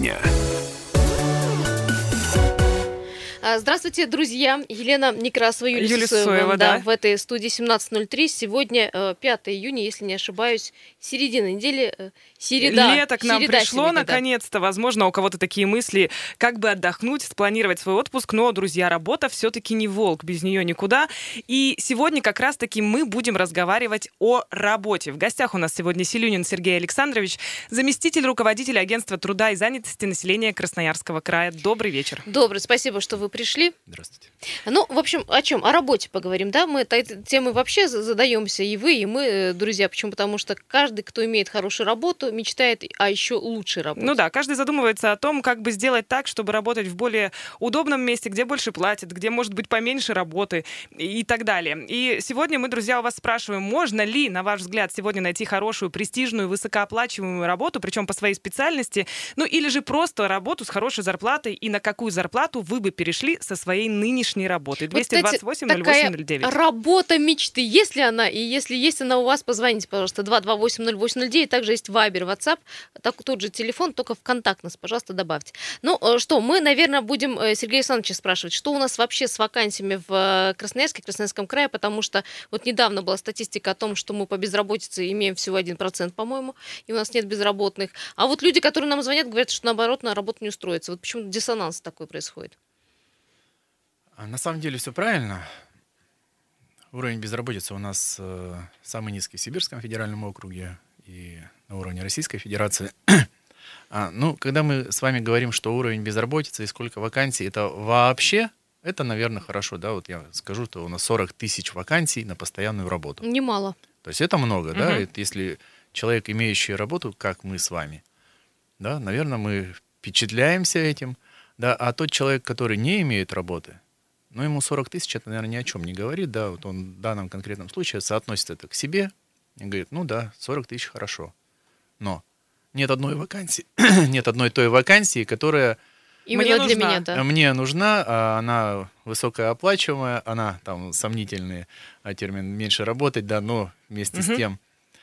дня. Здравствуйте, друзья. Елена Некрасова, Юлия Соева, да, в этой студии 17:03. Сегодня 5 июня, если не ошибаюсь, середина недели, середа. Лето к нам пришло, сегодня, наконец-то. Да. Возможно, у кого-то такие мысли, как бы отдохнуть, спланировать свой отпуск. Но, друзья, работа все-таки не волк, без нее никуда. И сегодня как раз-таки мы будем разговаривать о работе. В гостях у нас сегодня Селюнин Сергей Александрович, заместитель руководителя агентства труда и занятости населения Красноярского края. Добрый вечер. Добрый, спасибо, что вы пришли. Здравствуйте. Ну, в общем, о чем? О работе поговорим, да? Мы этой темой вообще задаемся, и вы, и мы, друзья. Почему? Потому что каждый, кто имеет хорошую работу, мечтает о еще лучшей работе. Ну да, каждый задумывается о том, как бы сделать так, чтобы работать в более удобном месте, где больше платят, где может быть поменьше работы и так далее. И сегодня мы, друзья, у вас спрашиваем, можно ли, на ваш взгляд, сегодня найти хорошую, престижную, высокооплачиваемую работу, причем по своей специальности, ну или же просто работу с хорошей зарплатой, и на какую зарплату вы бы перешли со своей нынешней работы. 228-08-09. Работа мечты. Есть ли она? И если есть она у вас, позвоните, пожалуйста, 228-08-09. Также есть Вайбер, WhatsApp. Тот же телефон, только в контакт нас, пожалуйста, добавьте. Ну что, мы, наверное, будем Сергея Александровича спрашивать, что у нас вообще с вакансиями в Красноярском крае, потому что вот недавно была статистика о том, что мы по безработице имеем всего 1%, по-моему, и у нас нет безработных. А вот люди, которые нам звонят, говорят, что наоборот на работу не устроится. Вот почему диссонанс такой происходит? На самом деле все правильно. Уровень безработицы у нас самый низкий в Сибирском федеральном округе и на уровне Российской Федерации. Когда мы с вами говорим, что уровень безработицы и сколько вакансий, это вообще, это, наверное, хорошо. Да? Вот я скажу, что у нас 40 тысяч вакансий на постоянную работу. Немало. То есть это много, да? Это если человек, имеющий работу, как мы с вами, да, наверное, мы впечатляемся этим. Да? А тот человек, который не имеет работы, но ему 40 тысяч, это, наверное, ни о чем не говорит, да, вот он в данном конкретном случае соотносит это к себе и говорит, 40 тысяч хорошо, но нет одной вакансии, нет одной той вакансии, которая именно для меня, да. Мне нужна, она высокооплачиваемая, она там сомнительный термин, меньше работать, да, но вместе с тем,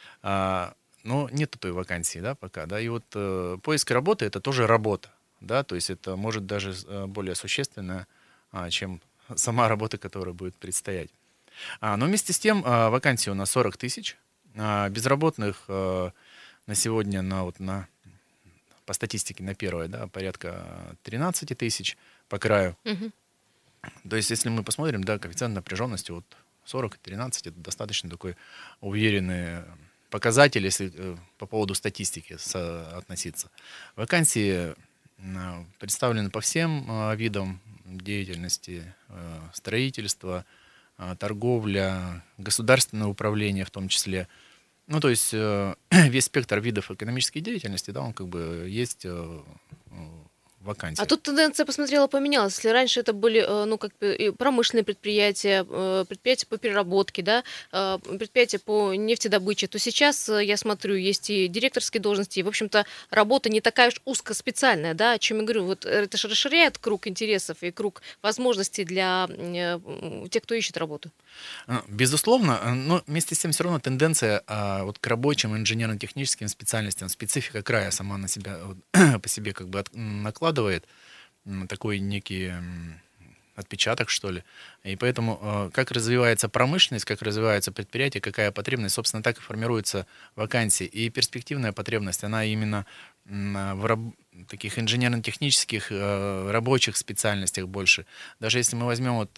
но нету той вакансии, да, пока, да, и вот поиск работы — это тоже работа, да, то есть это может даже более существенно, чем сама работа, которая будет предстоять. Но вместе с тем вакансий у нас 40 тысяч. Безработных на сегодня по статистике на первое, да, порядка 13 тысяч по краю. То есть если мы посмотрим, да, коэффициент напряженности 40-13, это достаточно такой уверенный показатель, если по поводу статистики относиться. Вакансии представлены по всем видам деятельности, строительства, торговля, государственное управление в том числе. Ну, то есть весь спектр видов экономической деятельности, да, он как бы есть вакансии. А тут тенденция, посмотрела, поменялась. Если раньше это были промышленные предприятия, предприятия по переработке, да, предприятия по нефтедобыче, то сейчас, я смотрю, есть и директорские должности, и, в общем-то, работа не такая уж узкоспециальная, да, о чем я говорю. Вот это же расширяет круг интересов и круг возможностей для тех, кто ищет работу. Безусловно, но вместе с тем все равно тенденция к рабочим инженерно-техническим специальностям, специфика края сама на себя по себе как бы накладывает такой некий отпечаток, что ли. И поэтому как развивается промышленность, как развивается предприятие, какая потребность, собственно, так и формируются вакансии. И перспективная потребность, она именно в таких инженерно-технических рабочих специальностях больше. Даже если мы возьмем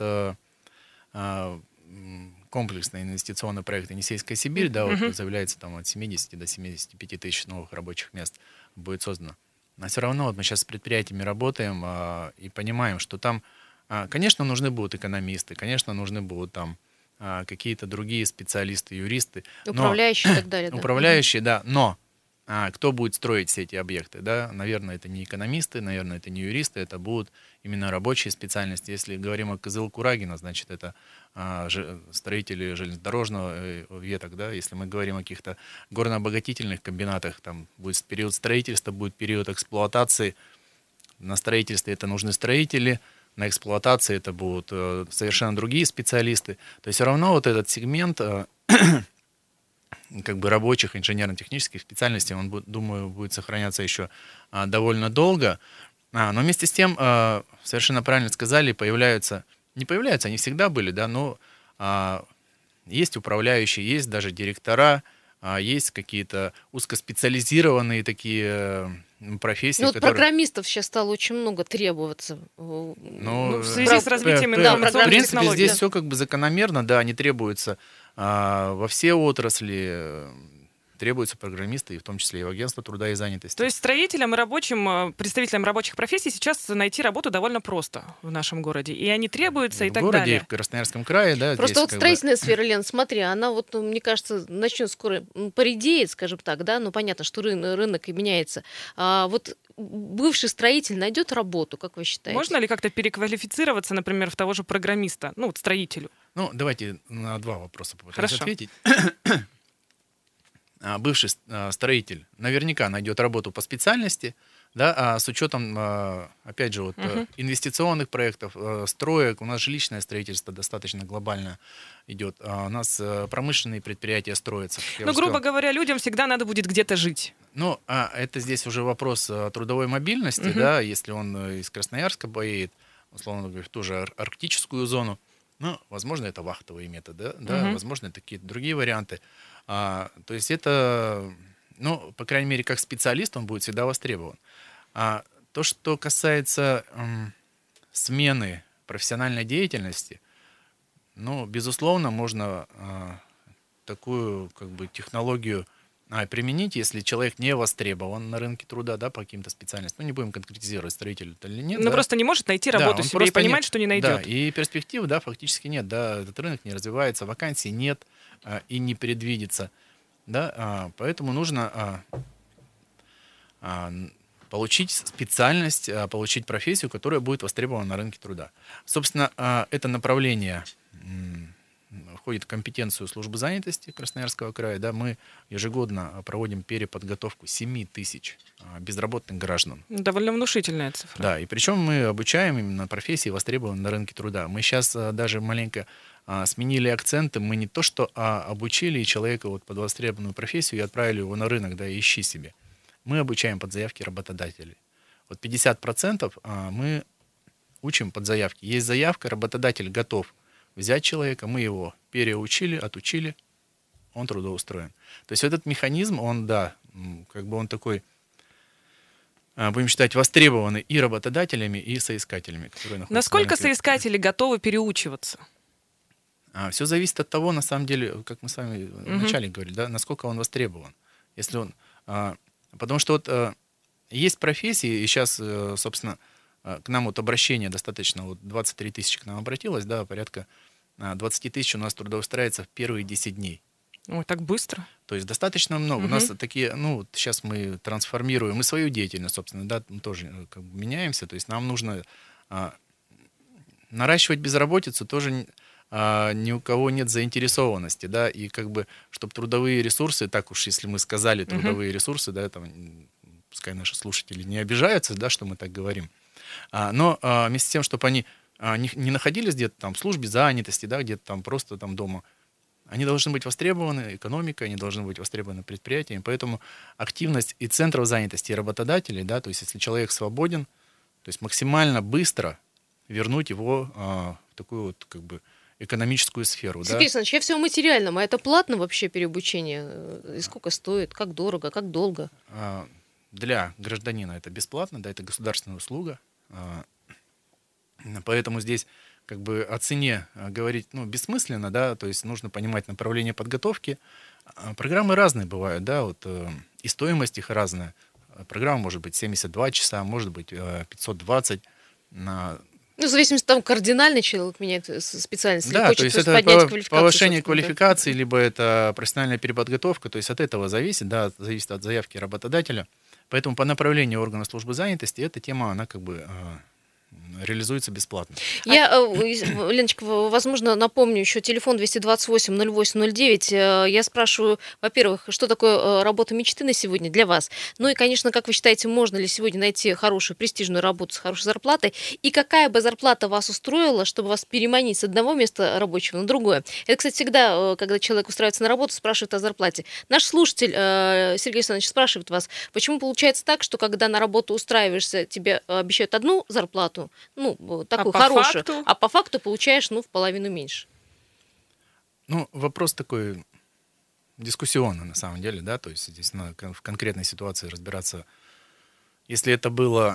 комплексный инвестиционный проект «Енисейская Сибирь», да, вот заявляется там от 70 до 75 тысяч новых рабочих мест будет создано. Но все равно мы сейчас с предприятиями работаем и понимаем, что там, конечно, нужны будут экономисты, конечно, нужны будут там какие-то другие специалисты, юристы. Управляющие и так далее. Управляющие, да, но кто будет строить все эти объекты, да? Наверное, это не экономисты, наверное, это не юристы, это будут именно рабочие специальности. Если говорим о Кызыл-Курагино, значит, это строители железнодорожного веток, да? Если мы говорим о каких-то горно-обогатительных комбинатах, там будет период строительства, будет период эксплуатации. На строительстве это нужны строители, на эксплуатации это будут совершенно другие специалисты. То есть все равно вот этот сегмент как бы рабочих, инженерно-технических специальностей, он, думаю, будет сохраняться еще довольно долго. Но вместе с тем, совершенно правильно сказали, не появляются, они всегда были, да, но есть управляющие, есть даже директора, есть какие-то узкоспециализированные такие профессии, Ну, вот которые... программистов сейчас стало очень много требоваться. в связи с развитием в информационных принципе, технологий. здесь все как бы закономерно, да, они требуются во все отрасли, требуются программисты, и в том числе и в агентство труда и занятости. То есть строителям и рабочим, представителям рабочих профессий сейчас найти работу довольно просто в нашем городе. И они требуются, и так в городе, далее. и в Красноярском крае, да. Просто здесь вот как бы... строительная сфера, Лен, смотри, она вот, мне кажется, начнет скоро поредеет, скажем так, да, ну понятно, что рынок и меняется. Вот бывший строитель найдет работу, как вы считаете? Можно ли как-то переквалифицироваться, например, в того же программиста, ну, вот строителю? Ну, давайте на два вопроса попытаюсь Хорошо. ответить. Бывший строитель наверняка найдет работу по специальности, да, с учетом, опять же, вот, инвестиционных проектов, строек. У нас жилищное строительство достаточно глобально идет. У нас промышленные предприятия строятся. Ну, грубо говоря, людям всегда надо будет где-то жить. Ну, это здесь уже вопрос трудовой мобильности, да, если он из Красноярска поедет, условно говоря, в ту же арктическую зону. Ну, возможно, это вахтовые методы, да, возможно, это какие-то другие варианты. То есть это, ну, по крайней мере, как специалист он будет всегда востребован. То, что касается смены профессиональной деятельности, ну, безусловно, можно такую как бы технологию применить, если человек не востребован на рынке труда, да, по каким-то специальностям. Ну, не будем конкретизировать, строитель это или нет. Ну, да. просто не может найти работу он себе и просто понимает, что не найдет. Да, и перспектив, да, фактически нет. Да, этот рынок не развивается, вакансий нет и не предвидится. Да, поэтому нужно получить специальность, получить профессию, которая будет востребована на рынке труда. Собственно, это направление входит в компетенцию службы занятости Красноярского края. Да, мы ежегодно проводим переподготовку 7 тысяч безработных граждан. Довольно внушительная цифра. Да, и причем мы обучаем именно профессии, востребованные на рынке труда. Мы сейчас даже маленько сменили акценты. Мы не то что обучили человека вот под востребованную профессию и отправили его на рынок, да, ищи себе. Мы обучаем под заявки работодателей. Вот 50% мы учим под заявки. Есть заявка, работодатель готов взять человека, мы его переучили, отучили, он трудоустроен. То есть этот механизм, он, да, как бы он такой, будем считать, востребованный и работодателями, и соискателями, которые находятся. Насколько соискатели готовы переучиваться? Все зависит от того, на самом деле, как мы с вами вначале говорили, да, насколько он востребован. Если он, потому что вот есть профессии, и сейчас, собственно, к нам вот обращение достаточно, вот 23 тысячи к нам обратилось, да, порядка 20 тысяч у нас трудоустраивается в первые 10 дней. Ой, так быстро. То есть достаточно много. У нас такие, ну, вот сейчас мы трансформируем, мы свою деятельность, собственно, да, мы тоже как бы меняемся, то есть нам нужно наращивать безработицу, тоже ни у кого нет заинтересованности, да, и как бы, чтобы трудовые ресурсы, так уж, если мы сказали трудовые ресурсы, да, там, пускай наши слушатели не обижаются, да, что мы так говорим, но вместе с тем, чтобы они не находились где-то там в службе занятости, да, где-то там просто там дома, они должны быть востребованы экономикой, они должны быть востребованы предприятиями, поэтому активность и центров занятости, и работодателей, да, то есть если человек свободен, то есть максимально быстро вернуть его в такую вот как бы экономическую сферу. Сергей Александрович, я все о материальном, а это платно вообще переобучение? И сколько стоит, как дорого, как долго? Для гражданина это бесплатно, да, это государственная услуга. Поэтому здесь как бы о цене говорить, ну, бессмысленно, да, то есть нужно понимать направление подготовки. Программы разные бывают, да, вот и стоимость их разная. Программа может быть 72 часа, может быть 520. Ну, в зависимости от того, кардинальный человек меняет специальность, да, или то есть хочет это поднять квалификацию. повышение квалификации, либо это профессиональная переподготовка, то есть от этого зависит, да, зависит от заявки работодателя. Поэтому по направлению органа службы занятости эта тема, она как бы реализуется бесплатно. Леночка, возможно, напомню еще телефон 228-08-09. Я спрашиваю, во-первых, что такое работа мечты на сегодня для вас? Ну и, конечно, как вы считаете, можно ли сегодня найти хорошую, престижную работу с хорошей зарплатой? И какая бы зарплата вас устроила, чтобы вас переманить с одного места рабочего на другое? Это, кстати, всегда, когда человек устраивается на работу, спрашивает о зарплате. Наш слушатель Сергей Александрович спрашивает вас, почему получается так, что когда на работу устраиваешься, тебе обещают одну зарплату, ну, такую хорошую, а по факту получаешь, ну, в половину меньше. Ну, вопрос такой дискуссионный, на самом деле, да, то есть здесь надо в конкретной ситуации разбираться. Если это было,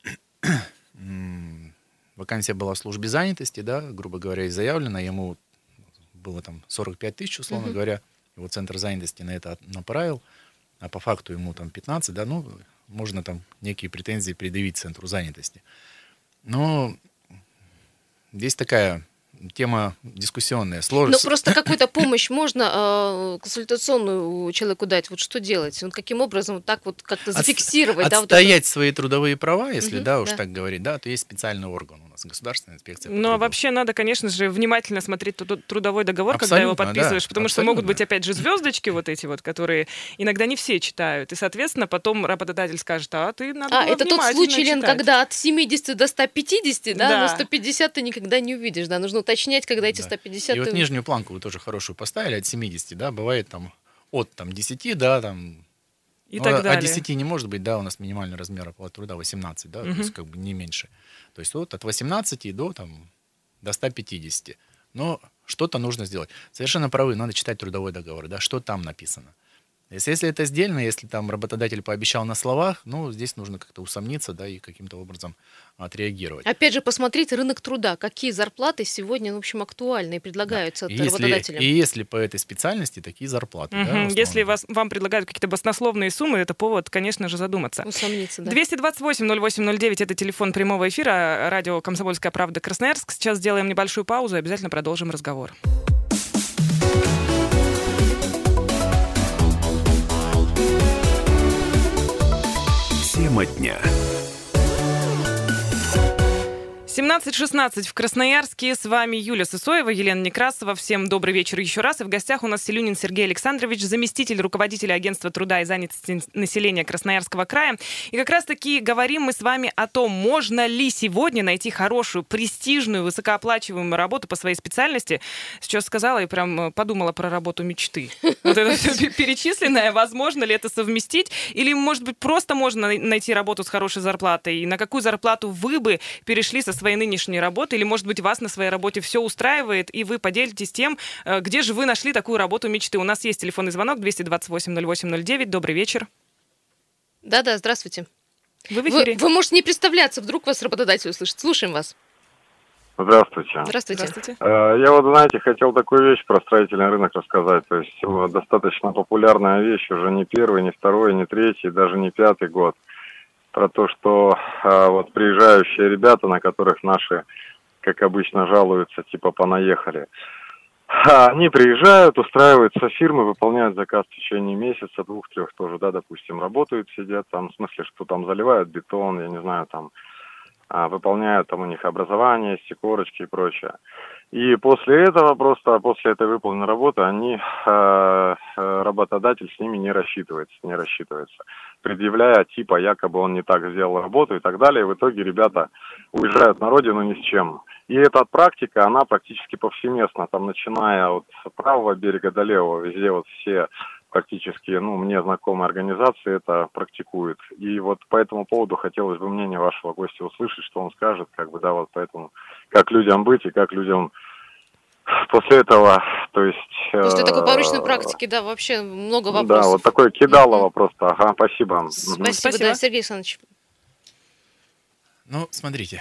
вакансия была в службе занятости, да, грубо говоря, и заявлена, ему было там 45 тысяч, условно говоря, его центр занятости на это направил, а по факту ему там 15, да, ну, можно там некие претензии предъявить центру занятости. Но здесь такая тема дискуссионная, сложная. Ну, просто какую-то помощь можно консультационную человеку дать? Вот что делать? Он каким образом вот так вот как-то зафиксировать? Отстоять свои трудовые права, если, уж так говорить, да, то есть специальный орган у нас, государственная инспекция по труду. Ну, а вообще надо, конечно же, внимательно смотреть трудовой договор, когда его подписываешь, да, потому что могут быть, опять же, звездочки вот эти вот, которые иногда не все читают, и, соответственно, потом работодатель скажет, а ты надо было это тот случай, Лен, читать. когда от 70 до 150, да, но 150 ты никогда не увидишь, да, нужно уточнять, когда эти 150... И вот нижнюю планку вы тоже хорошую поставили, от 70, да, бывает там от 10, да, там... И так далее. От 10 не может быть, да, у нас минимальный размер оплаты труда 18, да, то есть как бы не меньше. То есть вот от 18 до 150. Но что-то нужно сделать. Совершенно правы, надо читать трудовой договор, да, что там написано. Если это сделано, если там работодатель пообещал на словах, ну, здесь нужно как-то усомниться, да, и каким-то образом отреагировать. Опять же, посмотреть рынок труда, какие зарплаты сегодня, в общем, актуальны и предлагаются работодателям. И если по этой специальности такие зарплаты. Да, если вам предлагают какие-то баснословные суммы, это повод, конечно же, задуматься. Усомниться, да. 228-08-09 — это телефон прямого эфира, радио «Комсомольская правда» Красноярск. Сейчас сделаем небольшую паузу и обязательно продолжим разговор. Тема дня. 17:16 в Красноярске. С вами Юлия Сысоева, Елена Некрасова. Всем добрый вечер еще раз. И в гостях у нас Селюнин Сергей Александрович, заместитель руководителя Агентства труда и занятости населения Красноярского края. И как раз-таки говорим мы с вами о том, можно ли сегодня найти хорошую, престижную, высокооплачиваемую работу по своей специальности. Сейчас сказала и прям подумала про работу мечты. Вот это все перечисленное. Возможно ли это совместить? Или, может быть, просто можно найти работу с хорошей зарплатой? И на какую зарплату вы бы перешли со своей нынешней работы, или, может быть, вас на своей работе все устраивает, и вы поделитесь тем, где же вы нашли такую работу мечты. У нас есть телефонный звонок 228-08-09. Добрый вечер. Да-да, здравствуйте. Вы в эфире. Вы можете не представляться, вдруг вас работодатель услышит. Слушаем вас. Здравствуйте. Здравствуйте. Я вот, знаете, хотел такую вещь про строительный рынок рассказать. То есть достаточно популярная вещь, уже не первый, не второй, не третий, даже не пятый год. Про то, что вот приезжающие ребята, на которых наши, как обычно, жалуются, типа понаехали. Они приезжают, устраиваются фирмы, выполняют заказ в течение месяца, 2-3 тоже, да, допустим, работают, сидят там, в смысле, что там заливают бетон, я не знаю, там, выполняют там у них образование, корочки и прочее. И после этого, просто после этой выполненной работы, работодатель с ними не рассчитывается, предъявляя, типа, якобы он не так сделал работу и так далее. И в итоге ребята уезжают на родину ни с чем. И эта практика, она практически повсеместна, там, начиная от правого берега до левого, везде вот все практически, мне знакомые организации это практикуют. И вот по этому поводу хотелось бы мнение вашего гостя услышать, что он скажет, как бы, да, вот поэтому, как людям быть и как людям после этого, то есть... После такой порочной практики, да, вообще много вопросов. Да, вот такое кидалово просто. Ага, спасибо. Спасибо, да, Сергей Александрович. Ну, смотрите.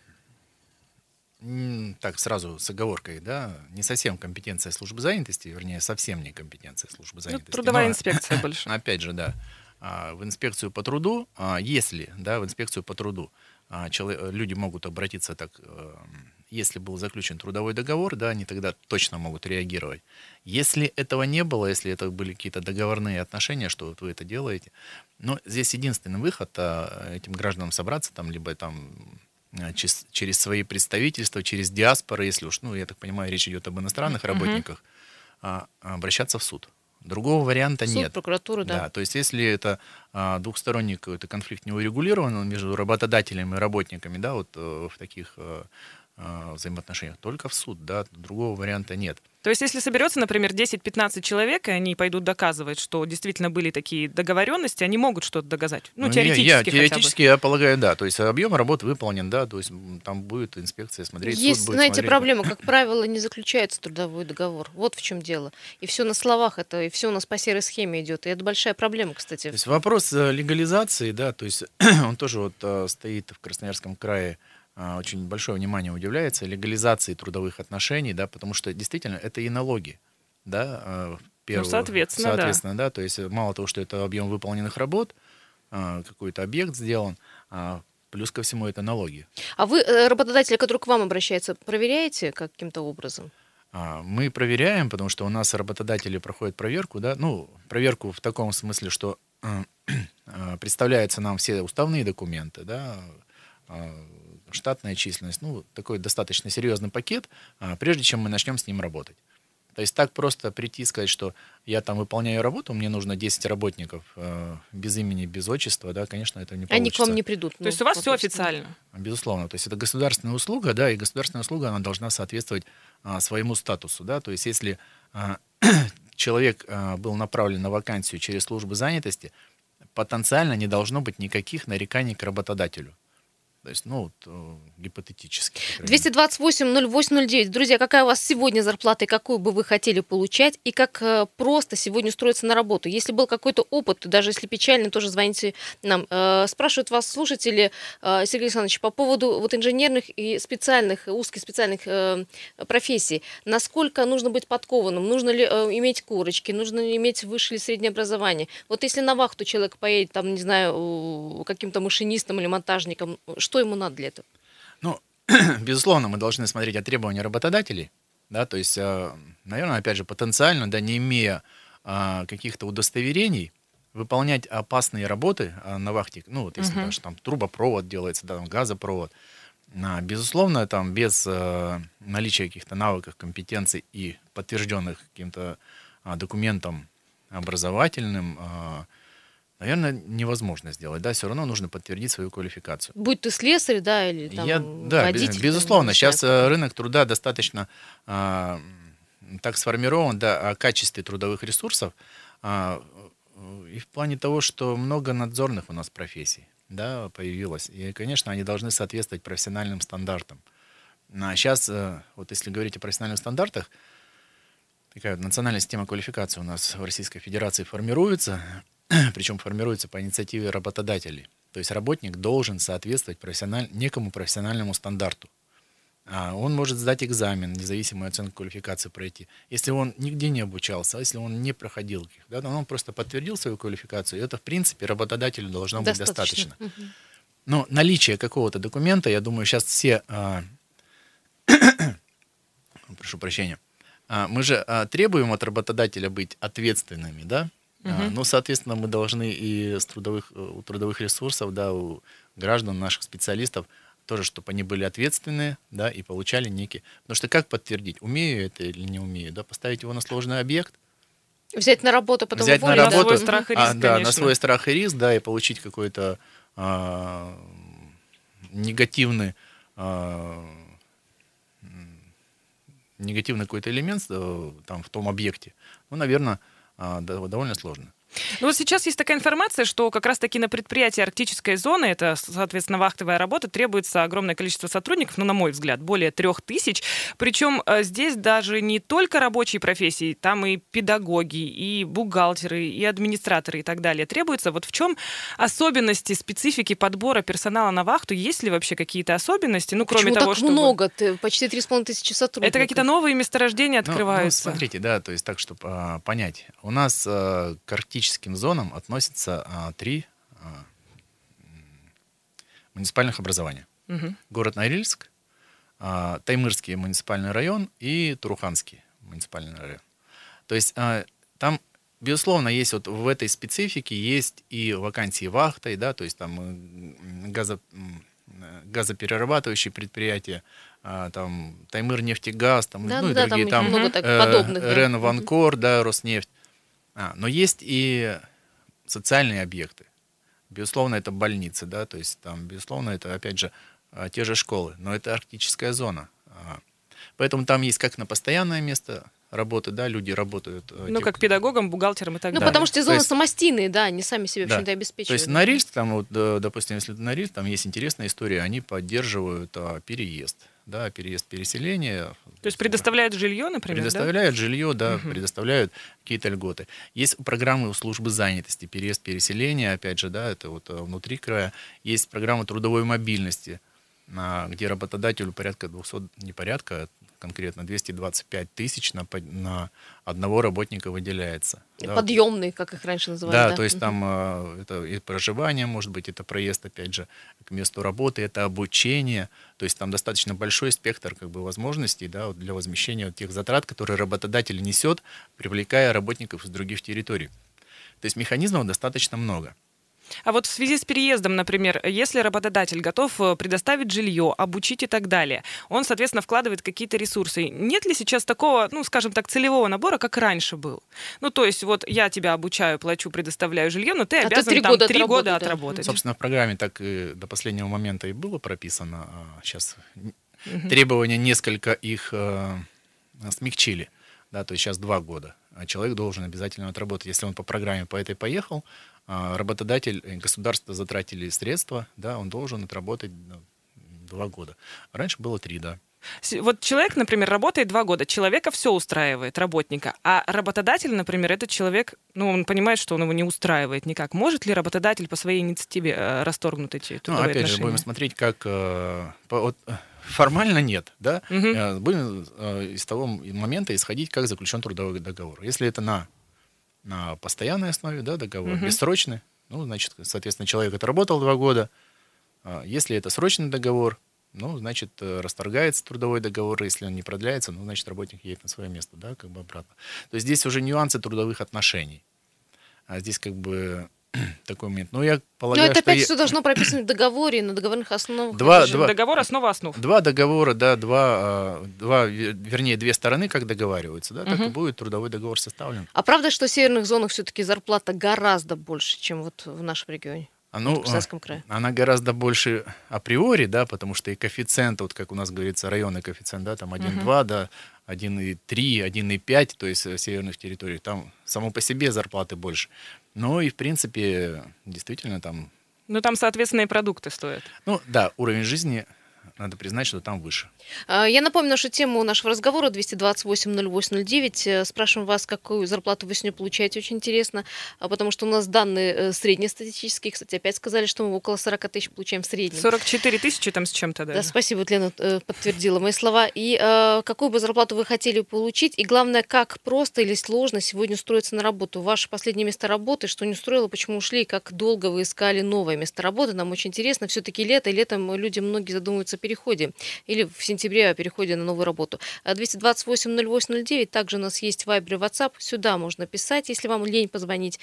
Так, сразу с оговоркой, да, не совсем компетенция службы занятости, вернее, совсем не компетенция службы занятости. Трудовая инспекция больше. Опять же, да, в инспекцию по труду, если, да, в инспекцию по труду люди могут обратиться так, если был заключен трудовой договор, да, они тогда точно могут реагировать. Если этого не было, если это были какие-то договорные отношения, что вот вы это делаете, но здесь единственный выход этим гражданам собраться, там, либо там через свои представительства, через диаспоры, если уж, я так понимаю, речь идет об иностранных работниках, обращаться в суд. Другого варианта Суд, нет. прокуратура, да. Да, то есть если это двухсторонний какой-то конфликт не урегулирован между работодателем и работниками, да, вот в таких взаимоотношениях, только в суд, да, другого варианта нет. То есть, если соберется, например, 10-15 человек, и они пойдут доказывать, что действительно были такие договоренности, они могут что-то доказать. Теоретически, я полагаю, да. То есть объем работы выполнен, да, то есть там будет инспекция смотреть, Есть, суд будет знаете, смотреть. проблема, как правило, не заключается трудовой договор. Вот в чем дело. И все на словах это, и все у нас по серой схеме идет. И это большая проблема, кстати. То есть вопрос легализации, да, то есть он тоже вот стоит в Красноярском крае, очень большое внимание уделяется легализации трудовых отношений, да, потому что действительно это и налоги, да, соответственно, да, то есть мало того, что это объем выполненных работ, какой-то объект сделан, плюс ко всему это налоги. А вы, работодателя, который к вам обращается, проверяете каким-то образом? Мы проверяем, потому что у нас работодатели проходят проверку, да, проверку в таком смысле, что представляются нам все уставные документы, да, штатная численность, такой достаточно серьезный пакет, прежде чем мы начнем с ним работать. То есть так просто прийти и сказать, что я там выполняю работу, мне нужно 10 работников без имени, без отчества, да, конечно, это не получится. Они к вам не придут. То есть у вас все официально? Безусловно. То есть это государственная услуга, да, и государственная услуга, она должна соответствовать своему статусу, да, то есть если человек был направлен на вакансию через службу занятости, потенциально не должно быть никаких нареканий к работодателю. То есть, гипотетически. 228-08-09. Друзья, какая у вас сегодня зарплата и какую бы вы хотели получать, и как просто сегодня устроиться на работу? Если был какой-то опыт, даже если печальный, тоже звоните нам. Спрашивают вас слушатели, Сергей Александрович, по поводу вот инженерных и специальных, узкоспециальных профессий. Насколько нужно быть подкованным? Нужно ли иметь корочки? Нужно ли иметь высшее или среднее образование? Вот если на вахту человек поедет, там, не знаю, каким-то машинистом или монтажником, что ему надо для этого? Безусловно, мы должны смотреть от требований работодателей, да, то есть, наверное, опять же, потенциально, да, не имея каких-то удостоверений, выполнять опасные работы на вахте, если даже там трубопровод делается, да, там, газопровод, безусловно, там без наличия каких-то навыков, компетенций и подтвержденных каким-то документом образовательным, наверное, невозможно сделать, да, все равно нужно подтвердить свою квалификацию. Будь ты слесарь, да, или там водитель. Безусловно, сейчас рынок труда достаточно так сформирован, да, о качестве трудовых ресурсов, и в плане того, что много надзорных у нас профессий, да, появилось, и, конечно, они должны соответствовать профессиональным стандартам. Сейчас, вот если говорить о профессиональных стандартах, такая вот национальная система квалификации у нас в Российской Федерации формируется, причем формируется по инициативе работодателей. То есть работник должен соответствовать некому профессиональному стандарту. Он может сдать экзамен, независимую оценку квалификации пройти. Если он нигде не обучался, если он не проходил их, да, он просто подтвердил свою квалификацию, и это, в принципе, работодателю должно быть достаточно. Но наличие какого-то документа, я думаю, сейчас все... Прошу прощения. Мы же требуем от работодателя быть ответственными, да? Соответственно, мы должны и у трудовых ресурсов, да, у граждан, наших специалистов, тоже, чтобы они были ответственные, да, и получали некие... Потому что как подтвердить, умею это или не умею, да, поставить его на сложный объект, взять на работу, потом взять на работу, на свой страх и риск, да, на свой страх и риск, да, и получить какой-то негативный какой-то элемент там в том объекте, наверное, довольно сложно. Вот сейчас есть такая информация, что как раз-таки на предприятии арктической зоны, это, соответственно, вахтовая работа, требуется огромное количество сотрудников, на мой взгляд, более 3000. Причем здесь даже не только рабочие профессии, там и педагоги, и бухгалтеры, и администраторы и так далее требуются. Вот в чем особенности, специфики подбора персонала на вахту? Есть ли вообще какие-то особенности? Кроме того, так чтобы... много? Почти 3500 сотрудников. Это какие-то новые месторождения открываются? Смотрите, да, то есть так, чтобы понять. У нас к арктическим зонам относятся 3 муниципальных образования. Город Норильск, Таймырский муниципальный район и Туруханский муниципальный район. То есть там, безусловно, есть вот в этой специфике есть и вакансии вахтой, да, то есть там газоперерабатывающие предприятия, там Таймыр-нефтегаз, там, ну и Да, другие, там там много так подобных. Да. РЕН Ванкор, да, Роснефть. Но есть и социальные объекты. Безусловно, это больницы, да, то есть там, безусловно, это, опять же, те же школы, но это арктическая зона. Поэтому там есть как на постоянное место работы, да, люди работают. Ну, как педагогам, бухгалтерам и так далее. Ну, потому что те зоны есть, самостийные, да, они сами себя, в да. общем-то, То обеспечивают. есть Норильск, там, вот, допустим, если это Норильск, там есть интересная история, они поддерживают переезд, да, переселение. То есть предоставляют жилье, например, предоставляют жилье, да, предоставляют какие-то льготы. Есть программы у службы занятости, переезд, переселение, опять же, да, это вот внутри края. Есть программа трудовой мобильности, где работодателю порядка 200, не порядка, а конкретно 225 тысяч на одного работника выделяется. Да. Подъемные, как их раньше называли. Да, то есть там это и проживание, может быть, это проезд, опять же, к месту работы, это обучение. То есть там достаточно большой спектр как бы возможностей, да, вот для возмещения тех затрат, которые работодатель несет, привлекая работников из других территорий. То есть механизмов достаточно много. А вот в связи с переездом, например, если работодатель готов предоставить жилье, обучить и так далее, он, соответственно, вкладывает какие-то ресурсы. Нет ли сейчас такого, ну, скажем так, целевого набора, как раньше был? Ну, то есть вот я тебя обучаю, плачу, предоставляю жилье, но ты обязан там 3 года отработать. Собственно, в программе так и до последнего момента и было прописано. Сейчас требования несколько их смягчили. Да, то есть сейчас 2 года. А человек должен обязательно отработать. Если он по программе по этой поехал, работодатель, государство затратили средства, да, он должен отработать 2 года. Раньше было 3, да. Вот человек, например, работает 2 года, человека все устраивает, работника, а работодатель, например, этот человек, ну, он понимает, что он его не устраивает никак. Может ли работодатель по своей инициативе расторгнуть эти трудовые отношения? Опять же, будем смотреть, как... Формально нет, да? Будем из того момента исходить, как заключен трудовой договор. Если это на постоянной основе, да, договор, бессрочный, ну, значит, соответственно, человек отработал 2 года. Если это срочный договор, ну, значит, расторгается трудовой договор, если он не продляется, ну, значит, работник едет на свое место, да, как бы обратно. То есть здесь уже нюансы трудовых отношений. А здесь как бы такой момент. Но я полагаю, это опять что все должно прописано в договоре, на договорных основах. Договор — основа основ. 2 договора, да, вернее, 2 стороны, как договариваются, да, так и будет трудовой договор составлен. А правда, что в северных зонах все-таки зарплата гораздо больше, чем вот в нашем регионе? В Краснодарском крае. Она гораздо больше априори, да, потому что и коэффициент, вот как у нас говорится, районный коэффициент, да, там 1,2, да, 1,3, 1,5, то есть в северных территориях, там само по себе зарплаты больше. Но и, в принципе, действительно там... Ну, там, соответственно, и продукты стоят. Ну, да, уровень жизни... Надо признать, что там выше. Я напомню нашу тему нашего разговора 228-08-09. Спрашиваем вас, какую зарплату вы сегодня получаете. Очень интересно, потому что у нас данные среднестатистические. Кстати, опять сказали, что мы около 40 тысяч получаем в среднем. 44 тысячи там с чем-то, да? Да, спасибо, вот Лена подтвердила мои слова. И какую бы зарплату вы хотели получить? И главное, как просто или сложно сегодня устроиться на работу? Ваше последнее место работы, что не устроило, почему ушли, как долго вы искали новое место работы? Нам очень интересно. Все-таки лето, и летом люди многие задумываются о переходе или в сентябре о переходе на новую работу. 228-08-09, также у нас есть Viber и WhatsApp, сюда можно писать, если вам лень позвонить,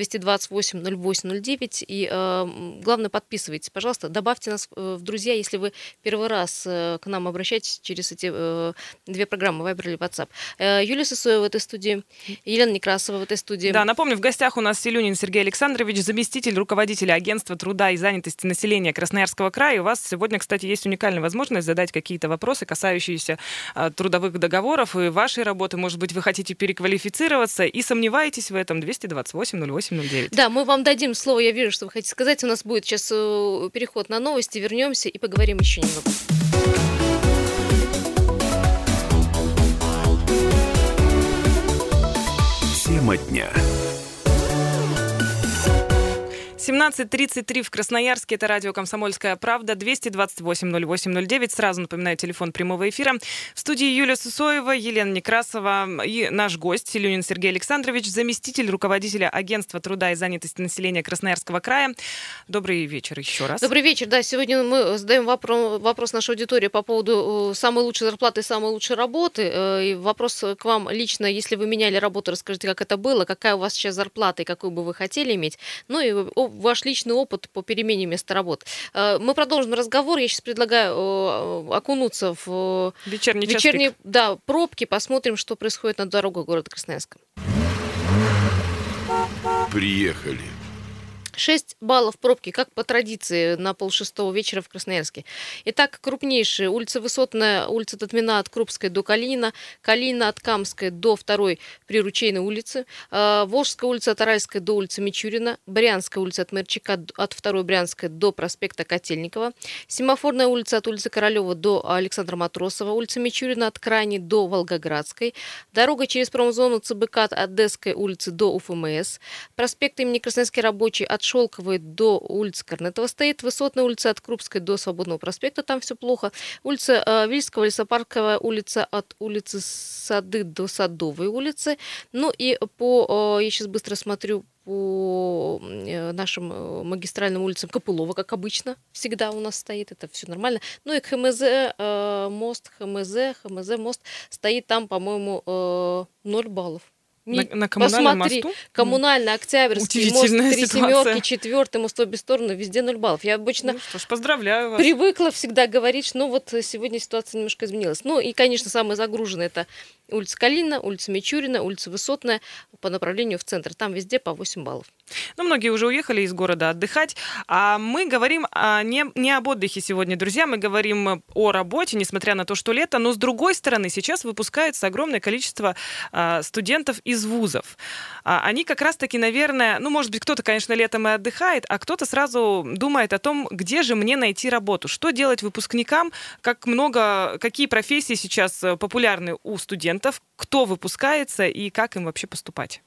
228-08-09, и главное, подписывайтесь, пожалуйста, добавьте нас в друзья, если вы первый раз к нам обращаетесь через эти 2 программы, Viber или WhatsApp. Юлия Сысоева в этой студии, Елена Некрасова в этой студии. Да, напомню, в гостях у нас Селюнин Сергей Александрович, заместитель руководителя Агентства труда и занятости населения Красноярского края. У вас сегодня, кстати, есть уникальная возможность задать какие-то вопросы, касающиеся трудовых договоров и вашей работы. Может быть, вы хотите переквалифицироваться и сомневаетесь в этом. 228-08-09. Да, мы вам дадим слово, я вижу, что вы хотите сказать. У нас будет сейчас переход на новости, вернемся и поговорим еще немного. Тема дня. 17:33 в Красноярске. Это радио «Комсомольская правда». 228-08-09. Сразу напоминаю, телефон прямого эфира. В студии Юлия Сысоева, Елена Некрасова и наш гость Селюнин Сергей Александрович, заместитель руководителя Агентства труда и занятости населения Красноярского края. Добрый вечер еще раз. Добрый вечер. Да, сегодня мы задаем вопрос нашей аудитории по поводу самой лучшей зарплаты и самой лучшей работы. И вопрос к вам лично, если вы меняли работу, расскажите, как это было, какая у вас сейчас зарплата и какую бы вы хотели иметь. Ну и ваш личный опыт по перемене места работы. Мы продолжим разговор. Я сейчас предлагаю окунуться в Вечерние пробки, посмотрим, что происходит на дорогах города Красноярска. Приехали. 6 баллов пробки, как по традиции, на 5:30 вечера в Красноярске. Итак, крупнейшие: улица Высотная, улица Татмина от Крупской до Калинина, Калинина от Камской до 2-й Приручейной улицы, Волжская улица от Аральской до улицы Мичурина, Брянская улица от Мерчика от 2-й Брянской до проспекта Котельникова, Семафорная улица от улицы Королева до Александра Матросова, улица Мичурина от Крайней до Волгоградской, дорога через промзону ЦБК от Одесской улицы до УФМС, проспект имени Красноярский рабочий от Шелковой до улицы Корнетова стоит, Высотная улица от Крупской до Свободного проспекта, там все плохо, улица Вильского, Лесопарковая улица от улицы Сады до Садовой улицы. Ну и я сейчас быстро смотрю по нашим магистральным улицам. Копылова, как обычно, всегда у нас стоит, это все нормально. Ну и ХМЗ мост, ХМЗ мост стоит там, по-моему, 0 баллов. На коммунальном Посмотри, мосту? коммунальный, Октябрьский, мост, Удивительная 3 ситуация. семерки, 4 мост в обе стороны, везде 0 баллов. Я обычно Ну что ж, поздравляю вас. привыкла всегда говорить, что вот сегодня ситуация немножко изменилась. Ну и, конечно, самые загруженные — это улица Калинина, улица Мичурина, улица Высотная по направлению в центр. Там везде по 8 баллов. Ну, многие уже уехали из города отдыхать, а мы говорим не об отдыхе сегодня, друзья, мы говорим о работе, несмотря на то, что лето, но с другой стороны сейчас выпускается огромное количество студентов из вузов. Они как раз-таки, наверное, ну, может быть, кто-то, конечно, летом и отдыхает, а кто-то сразу думает о том, где же мне найти работу, что делать выпускникам, какие профессии сейчас популярны у студентов, кто выпускается и как им вообще поступать.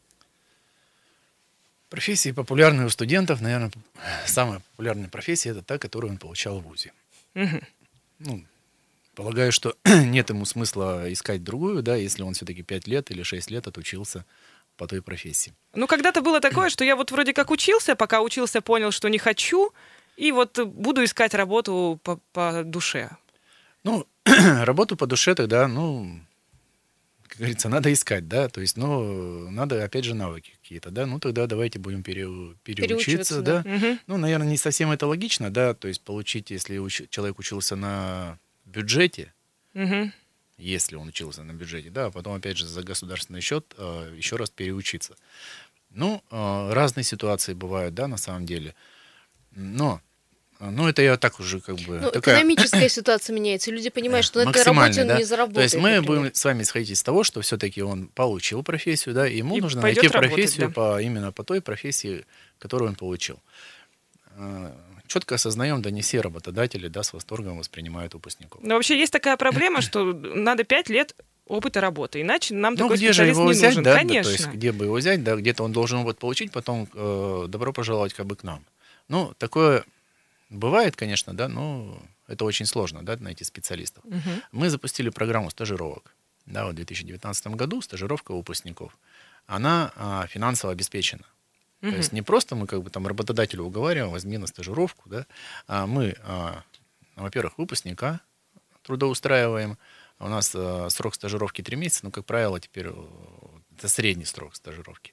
Профессии популярные у студентов, наверное, самая популярная профессия — это та, которую он получал в вузе. Мгм. Ну, полагаю, что нет ему смысла искать другую, да, если он все-таки 5 лет или 6 лет отучился по той профессии. Ну, когда-то было такое, что я вот вроде как учился, пока учился, понял, что не хочу, и вот буду искать работу по душе. Ну, работу по душе тогда, ну, как говорится, надо искать, да, то есть, ну, надо, опять же, навыки какие-то, да, ну, тогда давайте будем переучиться, да. Мгм. Ну, наверное, не совсем это логично, да, то есть получить, если человек учился на бюджете, Мгм. если он учился на бюджете, да, а потом, опять же, за государственный счет еще раз переучиться. Ну, разные ситуации бывают, да, на самом деле, но, ну, это я так уже как бы... Ну, такая... экономическая ситуация меняется, люди понимают, что на этой максимально, работе он да. не заработает. То есть мы например. будем с вами исходить из того, что все-таки он получил профессию, да, и ему И нужно пойдет найти работать, профессию да. именно по той профессии, которую он получил. Четко осознаем, да не все работодатели, да, с восторгом воспринимают выпускников. Но вообще есть такая проблема, что надо 5 лет опыта работы, иначе нам Ну, такой где же специалист его не взять, нужен. да, Конечно. то есть где бы его взять, да, где-то он должен опыт получить, потом добро пожаловать как бы к нам. Ну, такое бывает, конечно, да, но это очень сложно, да, найти специалистов. Мгм. Мы запустили программу стажировок, да, вот в 2019 году, стажировка выпускников. Она финансово обеспечена. То есть не просто мы как бы там работодателю уговариваем, возьми на стажировку, да, а мы, во-первых, выпускника трудоустраиваем. У нас срок стажировки 3 месяца, но, как правило, теперь это средний срок стажировки.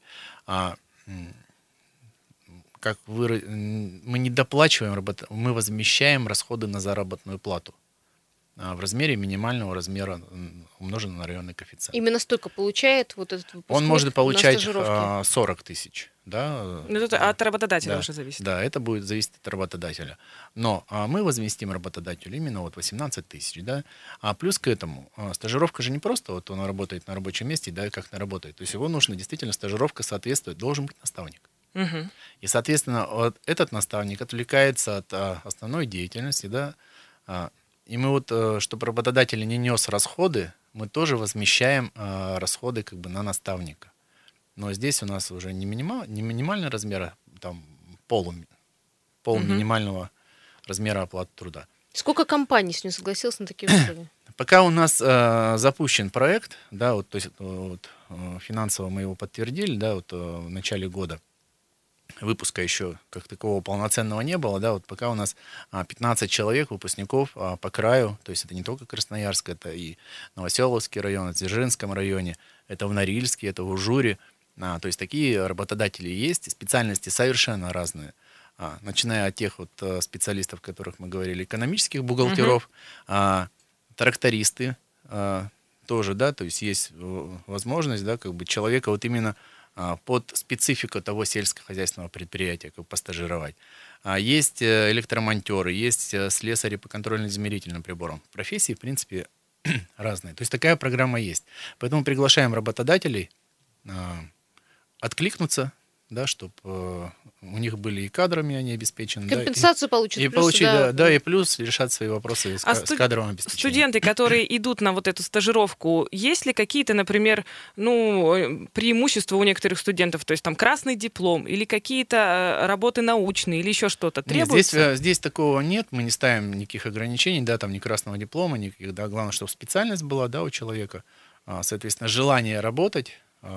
Мы не доплачиваем, мы возмещаем расходы на заработную плату в размере минимального размера, умноженного на районный коэффициент. Именно столько получает вот этот выпускник Он может на получать стажировке. 40 тысяч. Да, Ну, это от работодателя да, уже зависит. Да, это будет зависеть от работодателя. Но мы возместим работодателю именно вот 18 тысяч. Да? А плюс к этому, стажировка же не просто вот он работает на рабочем месте, да, и как-то работает. То есть его нужно действительно, стажировка соответствует, должен быть наставник. Мгм. И, соответственно, вот этот наставник отвлекается от основной деятельности, да, и мы вот, чтобы работодатель не нес расходы, мы тоже возмещаем расходы как бы на наставника. Но здесь у нас уже не минимальный размер, а там пол минимального размера оплаты труда. Сколько компаний с ним согласилось на такие условия? Пока у нас запущен проект, да, вот, то есть вот, финансово мы его подтвердили, да, вот в начале года. Выпуска еще как такового полноценного не было, да, вот пока у нас 15 человек, выпускников по краю, то есть это не только Красноярск, это и Новоселовский район, это в Дзержинском районе, это в Норильске, это в Ужуре, То есть такие работодатели есть, специальности совершенно разные. Начиная от тех вот специалистов, о которых мы говорили, экономических бухгалтеров, трактористы тоже, да, то есть есть возможность, да, как бы человека вот именно под специфику того сельскохозяйственного предприятия как бы постажировать. Есть электромонтеры, есть слесари по контрольно-измерительным приборам. Профессии, в принципе, разные. То есть такая программа есть. Поэтому приглашаем работодателей откликнуться, да, чтобы у них были и кадрами они обеспечены. Компенсацию да, получат. и получить, да, и плюс решать свои вопросы с кадровым обеспечением. Студенты, которые идут на вот эту стажировку, есть ли какие-то, например, преимущества у некоторых студентов, то есть там красный диплом или какие-то работы научные или еще что-то требуется? Нет, здесь такого нет, мы не ставим никаких ограничений, да, там ни красного диплома, никаких, да, главное, чтобы специальность была, да, у человека, соответственно, желание работать.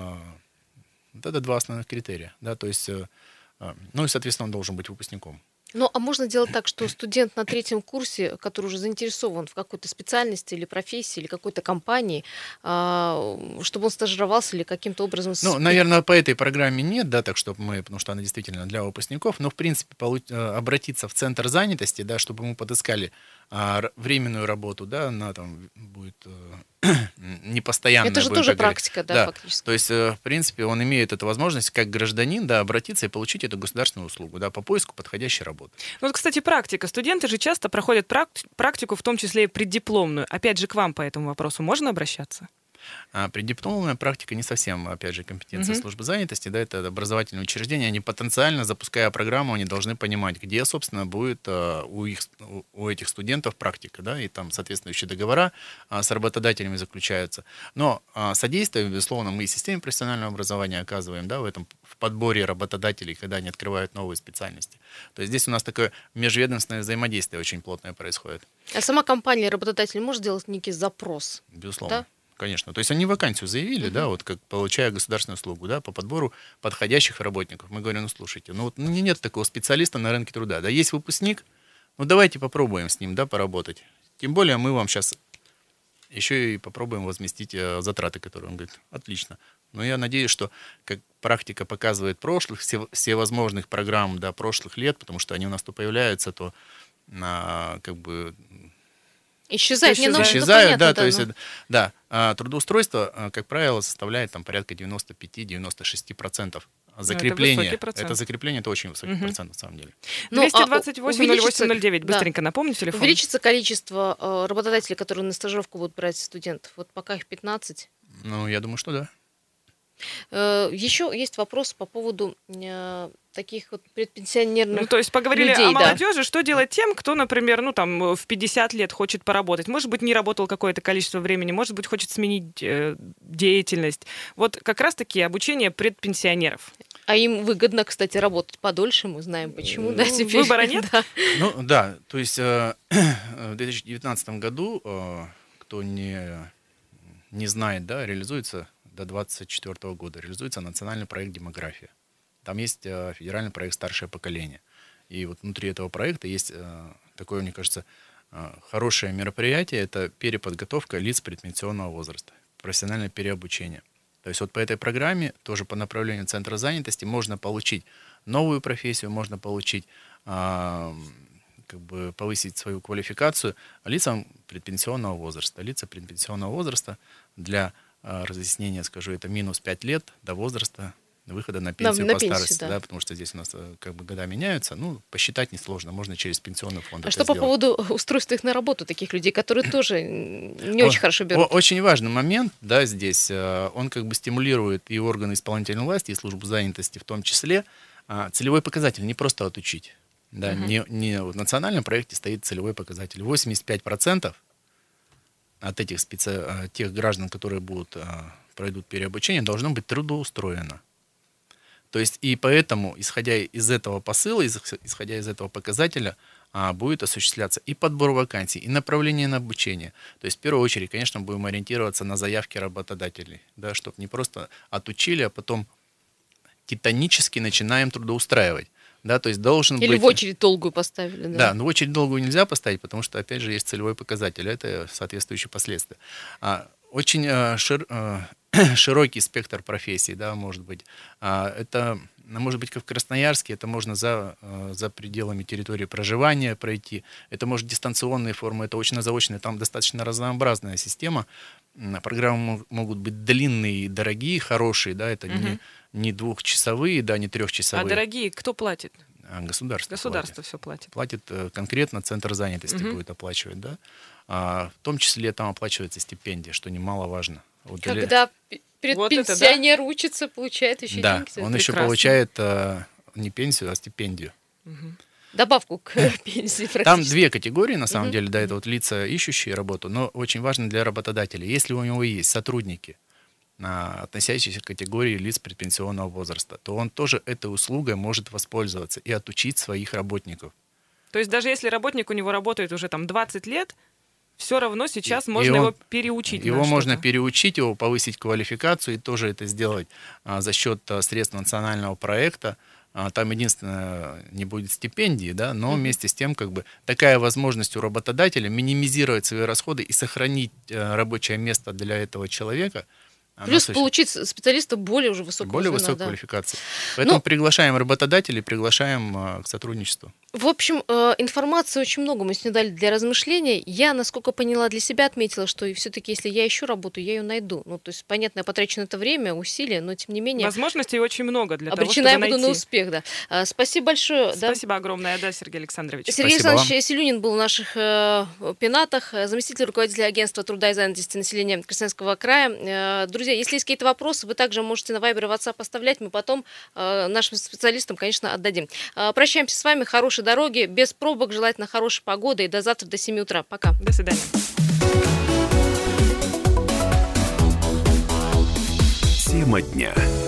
Вот это два основных критерия, да, то есть, ну и, соответственно, он должен быть выпускником. Ну, а можно делать так, что студент на 3-м курсе, который уже заинтересован в какой-то специальности или профессии, или какой-то компании, чтобы он стажировался или каким-то образом... Ну, наверное, по этой программе нет, да, так чтобы мы, потому что она действительно для выпускников, но, в принципе, обратиться в центр занятости, да, чтобы ему подыскали временную работу, да, она там будет непостоянная. Это же тоже практика, да, фактически. То есть, в принципе, он имеет эту возможность как гражданин, да, обратиться и получить эту государственную услугу, да, по поиску подходящей работы. Ну, вот, кстати, практика. Студенты же часто проходят практику, в том числе и преддипломную. Опять же, к вам по этому вопросу можно обращаться? Преддипломная практика не совсем, опять же, компетенция службы занятости, да, это образовательные учреждения, они потенциально, запуская программу, они должны понимать, где, собственно, будет у этих студентов практика, да, и там соответствующие договора с работодателями заключаются. Но содействие, безусловно, мы и системе профессионального образования оказываем, да, в подборе работодателей, когда они открывают новые специальности. То есть здесь у нас такое межведомственное взаимодействие очень плотное происходит. А сама компания, работодатель может сделать некий запрос? Безусловно. Да? Конечно. То есть они вакансию заявили, да, вот как получая государственную услугу, да, по подбору подходящих работников. Мы говорим, ну слушайте, ну вот нет такого специалиста на рынке труда, да, есть выпускник, ну давайте попробуем с ним, да, поработать. Тем более мы вам сейчас еще и попробуем возместить затраты, которые он говорит, отлично. Но я надеюсь, что как практика показывает прошлых, всевозможных программ, да, прошлых лет, потому что они у нас то появляются, то как бы... Исчезают, да, то есть, да, трудоустройство, как правило, составляет там порядка 95-96%. Закрепление, это закрепление, это очень высокий процент, на самом деле. 228-08-09, быстренько напомню телефон. Увеличится количество работодателей, которые на стажировку будут брать студентов? Вот пока их 15. Ну, я думаю, что да. Еще есть вопрос по поводу таких вот предпенсионерных Ну, то есть поговорили людей, о молодежи, что делать тем, кто, например, в 50 лет хочет поработать, может быть, не работал какое-то количество времени, может быть, хочет сменить деятельность. Вот как раз-таки обучение предпенсионеров. А им выгодно, кстати, работать подольше, мы знаем почему. Да, теперь. Выбора нет? Да. Ну, да, то есть в 2019 году, кто не знает, да, реализуется до 2024 года, реализуется национальный проект «Демография». Там есть федеральный проект «Старшее поколение». И вот внутри этого проекта есть такое, мне кажется, хорошее мероприятие. Это переподготовка лиц предпенсионного возраста, профессиональное переобучение. То есть вот по этой программе, тоже по направлению Центра занятости, можно получить новую профессию, можно получить, как бы повысить свою квалификацию лицам предпенсионного возраста. Лица предпенсионного возраста, для разъяснения скажу, это минус 5 лет до возраста выхода на пенсию по старости, да, потому что здесь у нас как бы года меняются, ну, посчитать несложно, можно через пенсионный фонд А это что сделать. по поводу устройства их на работу, таких людей, которые тоже не очень хорошо берут? Очень важный момент, да, здесь, он как бы стимулирует и органы исполнительной власти, и службу занятости в том числе, целевой показатель, не просто отучить. Да, в национальном проекте стоит целевой показатель. 85% от тех граждан, которые пройдут переобучение, должно быть трудоустроено. То есть и поэтому, исходя из этого посыла, исходя из этого показателя, будет осуществляться и подбор вакансий, и направление на обучение. То есть в первую очередь, конечно, будем ориентироваться на заявки работодателей, да, чтобы не просто отучили, а потом титанически начинаем трудоустраивать. Да, то есть должен Или быть... в очередь долгую поставили. Да, но в очередь долгую нельзя поставить, потому что, опять же, есть целевой показатель, это соответствующие последствия. Очень широкий спектр профессий, да, может быть. Это, может быть, как в Красноярске, это можно за пределами территории проживания пройти. Это может дистанционные формы, это очно-заочные, там достаточно разнообразная система. Программы могут быть длинные и дорогие, хорошие, да, это не двухчасовые, да, не трехчасовые. А дорогие кто платит? Государство. Государство все платит. Платит конкретно центр занятости будет оплачивать, да. В том числе там оплачивается стипендия, что немаловажно. Вот Когда пенсионер учится, получает еще да, деньги. он еще получает не пенсию, а стипендию. Добавку к пенсии практически. Там две категории, на самом деле, да, это вот лица, ищущие работу, но очень важно для работодателя. Если у него есть сотрудники, относящиеся к категории лиц предпенсионного возраста, то он тоже этой услугой может воспользоваться и отучить своих работников. То есть даже если работник у него работает уже там 20 лет, все равно сейчас можно его переучить. Его можно переучить, его повысить квалификацию и тоже это сделать за счет средств национального проекта. Там единственное, не будет стипендии, да, но вместе с тем как бы такая возможность у работодателя минимизировать свои расходы и сохранить рабочее место для этого человека. Плюс получить специалиста более уже высокого звена, высокой квалификации. Поэтому приглашаем работодателей, приглашаем к сотрудничеству. В общем, информации очень много мы сегодня дали для размышления. Я, насколько поняла, для себя отметила, что все-таки, если я ищу работу, я ее найду. Ну, то есть, понятно, я потрачу на это время, усилия, но тем не менее... Возможностей очень много для того, чтобы обречена я найти. буду на успех, да. Спасибо большое. Спасибо огромное, да, Сергей Александрович. Сергей Александрович Селюнин был в наших пенатах, заместитель руководителя агентства труда и занятости населения Красноярского края. Друзья, если есть какие-то вопросы, вы также можете на Viber и WhatsApp оставлять, мы потом нашим специалистам, конечно, отдадим. Прощаемся с вами, хорошей дороги, без пробок, желательно хорошей погоды, и до завтра, до 7 утра. Пока. До свидания. Тема дня.